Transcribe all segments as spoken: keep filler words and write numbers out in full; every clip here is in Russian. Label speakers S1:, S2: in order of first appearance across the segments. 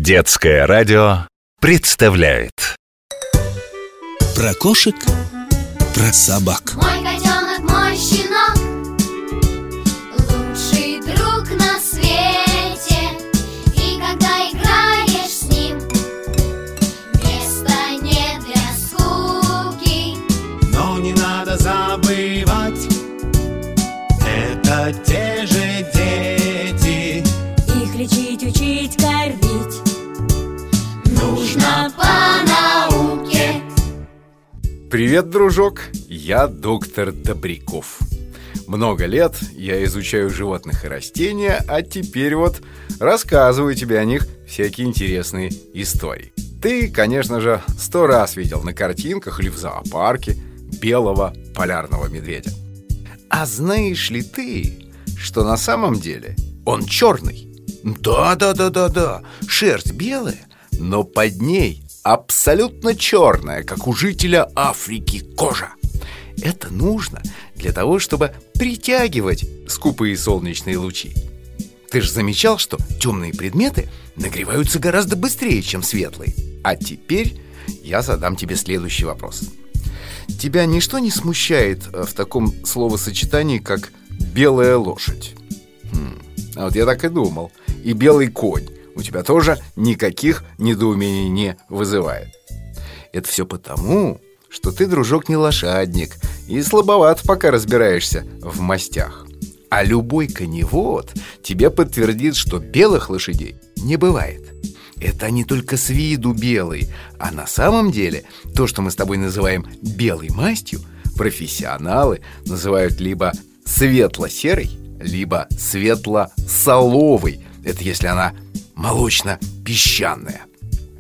S1: Детское радио представляет
S2: про кошек, про собак.
S3: Мой котенок, мой щенок, лучший друг на свете. И когда играешь с ним, места нет для скуки.
S4: Но не надо забывать, это те же дети.
S5: Их лечить, учить, кормить
S3: Нужно по науке.
S6: Привет, дружок, я доктор Добряков. Много лет я изучаю животных и растения, а теперь вот рассказываю тебе о них всякие интересные истории. Ты, конечно же, сто раз видел на картинках или в зоопарке белого полярного медведя. А знаешь ли ты, что на самом деле он черный? Да-да-да-да-да, шерсть белая, но под ней абсолютно черная, как у жителя Африки, кожа. Это нужно для того, чтобы притягивать скупые солнечные лучи. Ты же замечал, что темные предметы нагреваются гораздо быстрее, чем светлые. А теперь я задам тебе следующий вопрос. Тебя ничто не смущает в таком словосочетании, как «белая лошадь»? Хм, а вот я так и думал. И «белый конь» у тебя тоже никаких недоумений не вызывает. Это все потому, что ты, дружок, не лошадник и слабоват пока разбираешься в мастях. А любой коневод тебе подтвердит, что белых лошадей не бывает. Это они только с виду белые, а на самом деле то, что мы с тобой называем белой мастью, профессионалы называют либо светло-серой, либо светло-соловой. Это если она молочно-песчаная.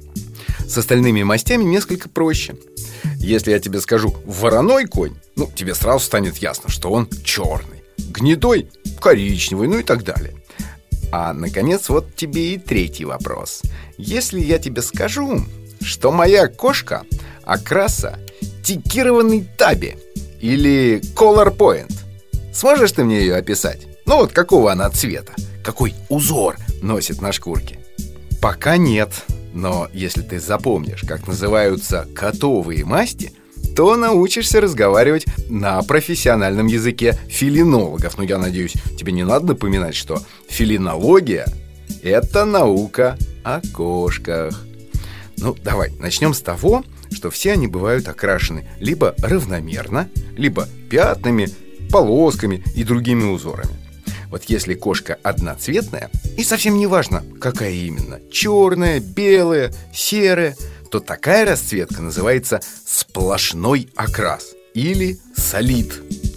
S6: С остальными мастями несколько проще. Если я тебе скажу «вороной конь», ну, тебе сразу станет ясно, что он черный. Гнедой – коричневый, ну и так далее. А, наконец, вот тебе и третий вопрос. Если я тебе скажу, что моя кошка окраса тикированный таби или color point, сможешь ты мне ее описать? Ну вот какого она цвета? Какой узор носит на шкурке? Пока нет, но если ты запомнишь, как называются котовые масти, то научишься разговаривать на профессиональном языке фелинологов. Ну, я надеюсь, тебе не надо напоминать, что фелинология – это наука о кошках. Ну, давай, начнем с того, что все они бывают окрашены либо равномерно, либо пятнами, полосками и другими узорами. Вот если кошка одноцветная, и совсем не важно, какая именно, черная, белая, серая, то такая расцветка называется сплошной окрас или солид.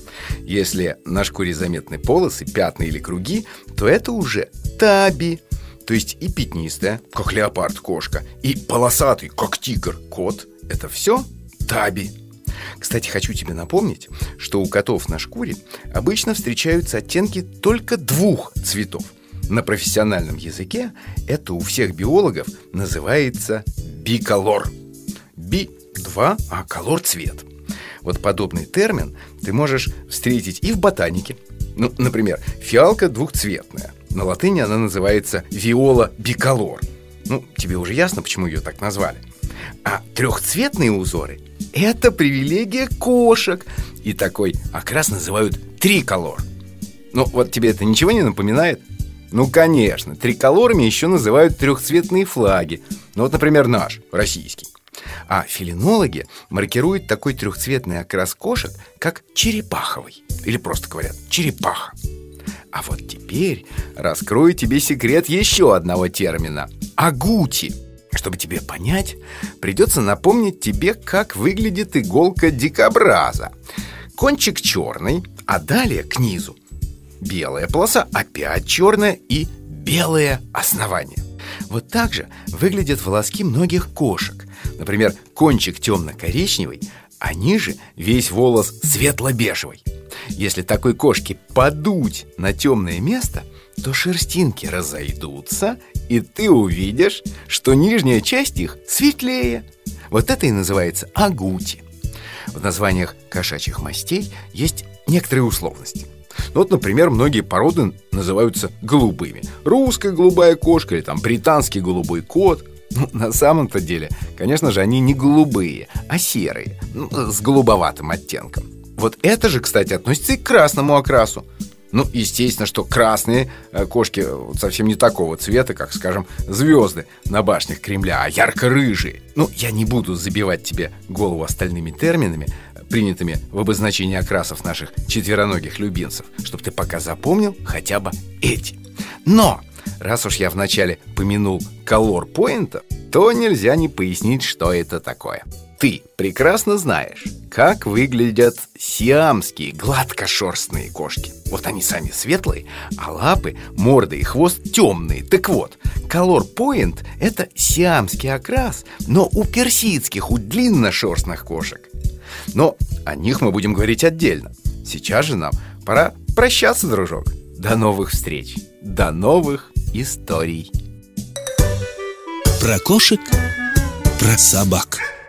S6: Если на шкуре заметны полосы, пятна или круги, то это уже таби, то есть и пятнистая, как леопард кошка, и полосатый, как тигр кот. Это все таби. Кстати, хочу тебе напомнить, что у котов на шкуре обычно встречаются оттенки только двух цветов. На профессиональном языке это у всех биологов называется биколор. Би – два, а колор – цвет. Вот подобный термин ты можешь встретить и в ботанике. Ну, например, фиалка двухцветная. На латыни она называется виола биколор. Ну, тебе уже ясно, почему ее так назвали. А трехцветные узоры – это привилегия кошек. И такой окрас называют триколор. Ну, вот тебе это ничего не напоминает? Ну, конечно, триколорами еще называют трехцветные флаги. Ну, вот, например, наш, российский. А фелинологи маркируют такой трехцветный окрас кошек, как черепаховый. Или просто говорят черепаха. А вот теперь раскрою тебе секрет еще одного термина – агути. Чтобы тебе понять, придется напомнить тебе, как выглядит иголка дикобраза. Кончик черный, а далее к низу белая полоса, опять черная и белое основание. Вот так же выглядят волоски многих кошек. Например, кончик темно-коричневый, а ниже весь волос светло-бежевый. Если такой кошке подуть на темное место, то шерстинки разойдутся, и ты увидишь, что нижняя часть их светлее. Вот это и называется агути. В названиях кошачьих мастей есть некоторые условности. Ну, вот, например, многие породы называются голубыми. Русская голубая кошка или там британский голубой кот. Ну, на самом-то деле, конечно же, они не голубые, а серые, ну, с голубоватым оттенком. Вот это же, кстати, относится и к красному окрасу. Ну, естественно, что красные кошки совсем не такого цвета, как, скажем, звезды на башнях Кремля, а ярко-рыжие. Ну, я не буду забивать тебе голову остальными терминами, принятыми в обозначении окрасов наших четвероногих любимцев, чтобы ты пока запомнил хотя бы эти. Но раз уж я вначале помянул color point, то нельзя не пояснить, что это такое. Ты прекрасно знаешь, как выглядят сиамские гладкошерстные кошки. Вот они сами светлые, а лапы, морда и хвост темные. Так вот, color point – это сиамский окрас, но у персидских, у длинношерстных кошек. Но о них мы будем говорить отдельно. Сейчас же нам пора прощаться, дружок. До новых встреч, до новых историй.
S2: Про кошек, про собак.